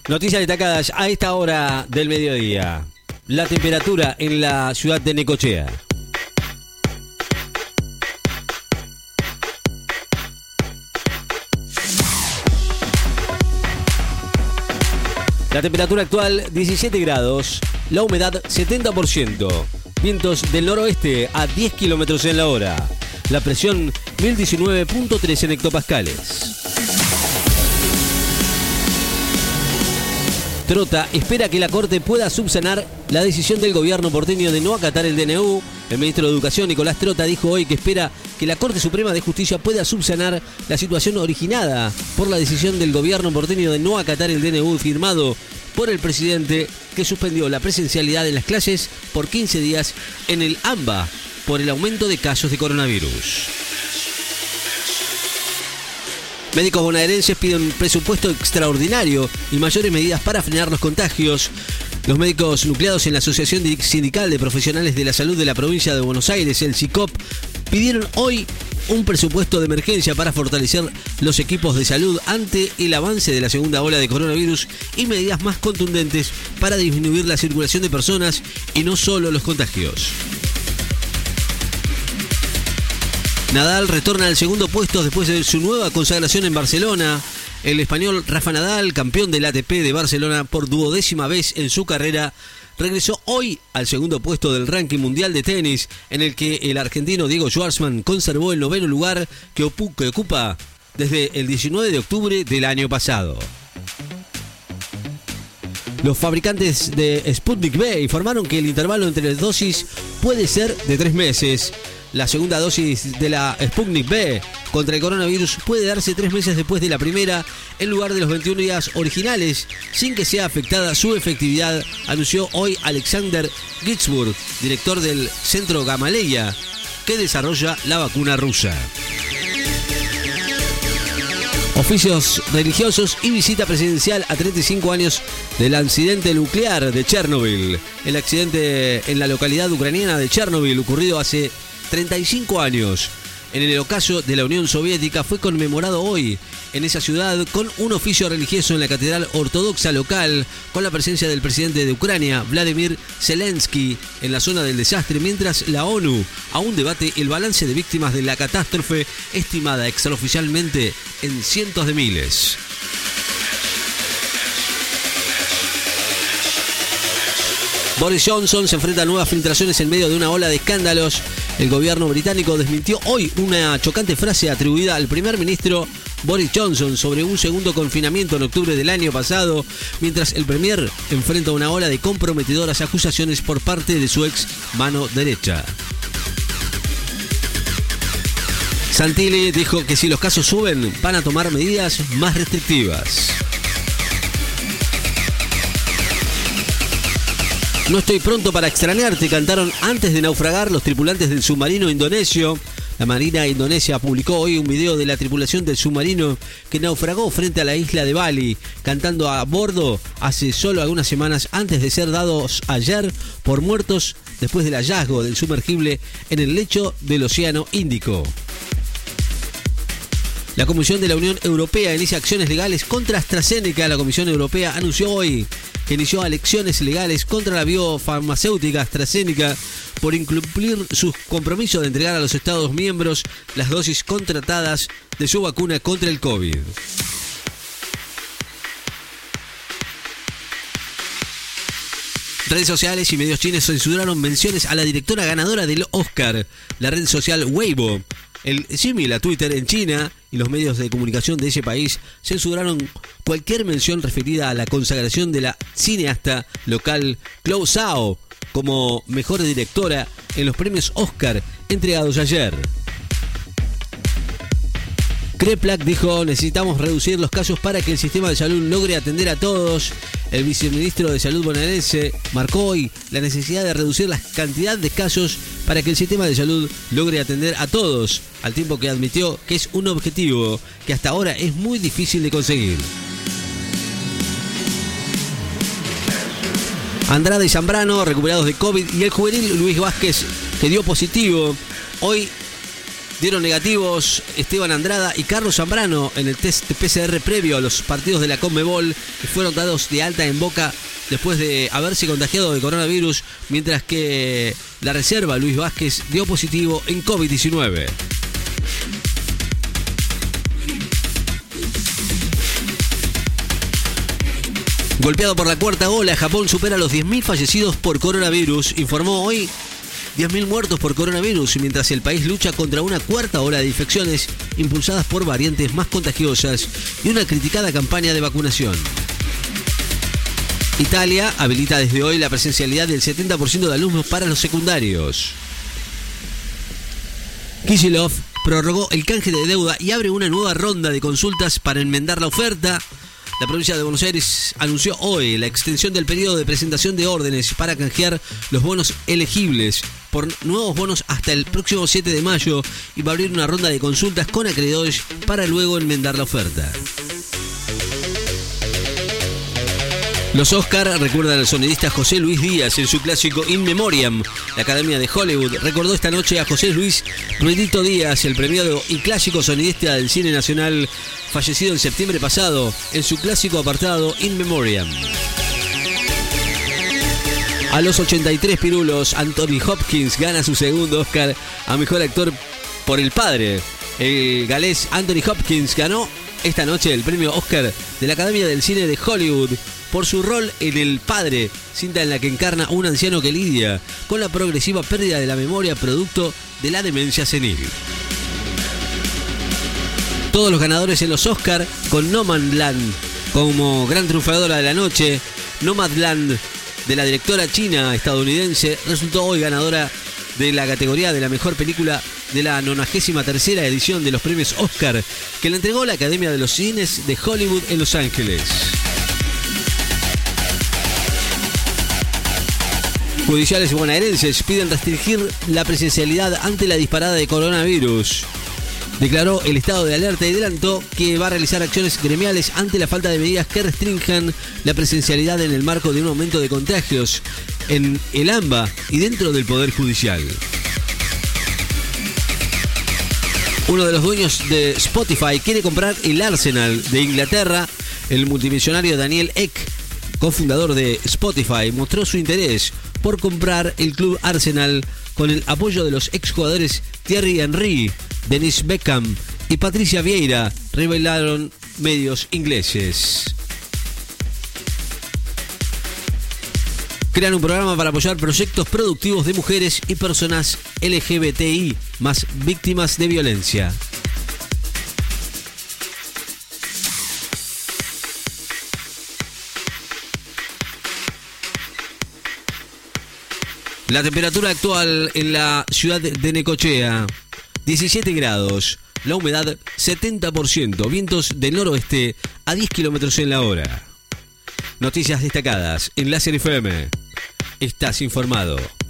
Noticias destacadas a esta hora del mediodía. La temperatura en la ciudad de Necochea. La temperatura actual 17 grados, la humedad 70%, vientos del noroeste a 10 kilómetros en la hora, la presión 1019.3 en hectopascales. Trota espera que la Corte pueda subsanar la decisión del gobierno porteño de no acatar el DNU. El ministro de Educación, Nicolás Trota, dijo hoy que espera que la Corte Suprema de Justicia pueda subsanar la situación originada por la decisión del gobierno porteño de no acatar el DNU firmado por el presidente, que suspendió la presencialidad de las clases por 15 días en el AMBA por el aumento de casos de coronavirus. Médicos bonaerenses piden un presupuesto extraordinario y mayores medidas para frenar los contagios. Los médicos nucleados en la Asociación Sindical de Profesionales de la Salud de la Provincia de Buenos Aires, el SICOP, pidieron hoy un presupuesto de emergencia para fortalecer los equipos de salud ante el avance de la segunda ola de coronavirus y medidas más contundentes para disminuir la circulación de personas y no solo los contagios. Nadal retorna al segundo puesto después de su nueva consagración en Barcelona. El español Rafa Nadal, campeón del ATP de Barcelona por 12ª vez en su carrera, regresó hoy al segundo puesto del ranking mundial de tenis, en el que el argentino Diego Schwartzman conservó el 9º lugar que ocupa desde el 19 de octubre del año pasado. Los fabricantes de Sputnik V informaron que el intervalo entre las dosis puede ser de 3 meses. La segunda dosis de la Sputnik V contra el coronavirus puede darse 3 meses después de la primera, en lugar de los 21 días originales, sin que sea afectada su efectividad, anunció hoy Alexander Ginsburg, director del Centro Gamaleya, que desarrolla la vacuna rusa. Oficios religiosos y visita presidencial a 35 años del accidente nuclear de Chernobyl. El accidente en la localidad ucraniana de Chernobyl, ocurrido hace 35 años en el ocaso de la Unión Soviética, fue conmemorado hoy en esa ciudad con un oficio religioso en la catedral ortodoxa local, con la presencia del presidente de Ucrania, Vladimir Zelensky, en la zona del desastre, mientras la ONU aún debate el balance de víctimas de la catástrofe, estimada extraoficialmente en cientos de miles. Boris Johnson se enfrenta a nuevas filtraciones en medio de una ola de escándalos. El gobierno británico desmintió hoy una chocante frase atribuida al primer ministro Boris Johnson sobre un segundo confinamiento en octubre del año pasado, mientras el premier enfrenta una ola de comprometedoras acusaciones por parte de su ex mano derecha. Santilli dijo que si los casos suben, van a tomar medidas más restrictivas. No estoy pronto para extrañarte, cantaron antes de naufragar los tripulantes del submarino indonesio. La Marina Indonesia publicó hoy un video de la tripulación del submarino que naufragó frente a la isla de Bali, cantando a bordo hace solo algunas semanas antes de ser dados ayer por muertos después del hallazgo del sumergible en el lecho del Océano Índico. La Comisión de la Unión Europea inicia acciones legales contra AstraZeneca. La Comisión Europea anunció hoy que inició acciones legales contra la biofarmacéutica AstraZeneca por incumplir sus compromisos de entregar a los Estados miembros las dosis contratadas de su vacuna contra el COVID. Redes sociales y medios chinos censuraron menciones a la directora ganadora del Oscar. La red social Weibo, el símil a Twitter en China, y los medios de comunicación de ese país censuraron cualquier mención referida a la consagración de la cineasta local Chloe Zhao como mejor directora en los premios Oscar entregados ayer. Kreplak dijo: necesitamos reducir los casos para que el sistema de salud logre atender a todos. El viceministro de Salud bonaerense marcó hoy la necesidad de reducir la cantidad de casos para que el sistema de salud logre atender a todos, al tiempo que admitió que es un objetivo que hasta ahora es muy difícil de conseguir. Andrade y Zambrano recuperados de COVID y el juvenil Luis Vázquez, que dio positivo, hoy Dieron negativos Esteban Andrada y Carlos Zambrano en el test de PCR previo a los partidos de la Conmebol, que fueron dados de alta en Boca después de haberse contagiado de coronavirus, mientras que la reserva Luis Vázquez dio positivo en COVID-19. Golpeado por la cuarta ola, Japón supera los 10.000 fallecidos por coronavirus. Informó hoy 10.000 muertos por coronavirus, mientras el país lucha contra una cuarta ola de infecciones impulsadas por variantes más contagiosas y una criticada campaña de vacunación. Italia habilita desde hoy la presencialidad del 70% de alumnos para los secundarios. Kicillof prorrogó el canje de deuda y abre una nueva ronda de consultas para enmendar la oferta. La provincia de Buenos Aires anunció hoy la extensión del periodo de presentación de órdenes para canjear los bonos elegibles por nuevos bonos hasta el próximo 7 de mayo y va a abrir una ronda de consultas con acreedores para luego enmendar la oferta. Los Oscar recuerdan al sonidista José Luis Díaz en su clásico In Memoriam. La Academia de Hollywood recordó esta noche a José Luis Ruedito Díaz, el premiado y clásico sonidista del cine nacional, fallecido en septiembre pasado, en su clásico apartado In Memoriam. A los 83 pirulos, Anthony Hopkins gana su segundo Oscar a Mejor Actor por El Padre. El galés Anthony Hopkins ganó esta noche el premio Oscar de la Academia del Cine de Hollywood por su rol en El Padre, cinta en la que encarna un anciano que lidia con la progresiva pérdida de la memoria producto de la demencia senil. Todos los ganadores en los Oscar, con Nomadland como gran triunfadora de la noche. Nomadland, de la directora china estadounidense, resultó hoy ganadora de la categoría de la mejor película de la 93ª edición de los premios Oscar, que le entregó la Academia de los Cines de Hollywood en Los Ángeles. Judiciales bonaerenses piden restringir la presencialidad ante la disparada de coronavirus. Declaró el estado de alerta y adelantó que va a realizar acciones gremiales ante la falta de medidas que restrinjan la presencialidad en el marco de un aumento de contagios en el AMBA y dentro del Poder Judicial. Uno de los dueños de Spotify quiere comprar el Arsenal de Inglaterra. El multimillonario Daniel Ek, cofundador de Spotify, mostró su interés por comprar el club Arsenal con el apoyo de los exjugadores Thierry Henry, Dennis Beckham y Patricia Vieira, revelaron medios ingleses. Crean un programa para apoyar proyectos productivos de mujeres y personas LGBTI más víctimas de violencia. La temperatura actual en la ciudad de Necochea, 17 grados. La humedad, 70%. Vientos del noroeste a 10 kilómetros en la hora. Noticias destacadas en Láser FM. Estás informado.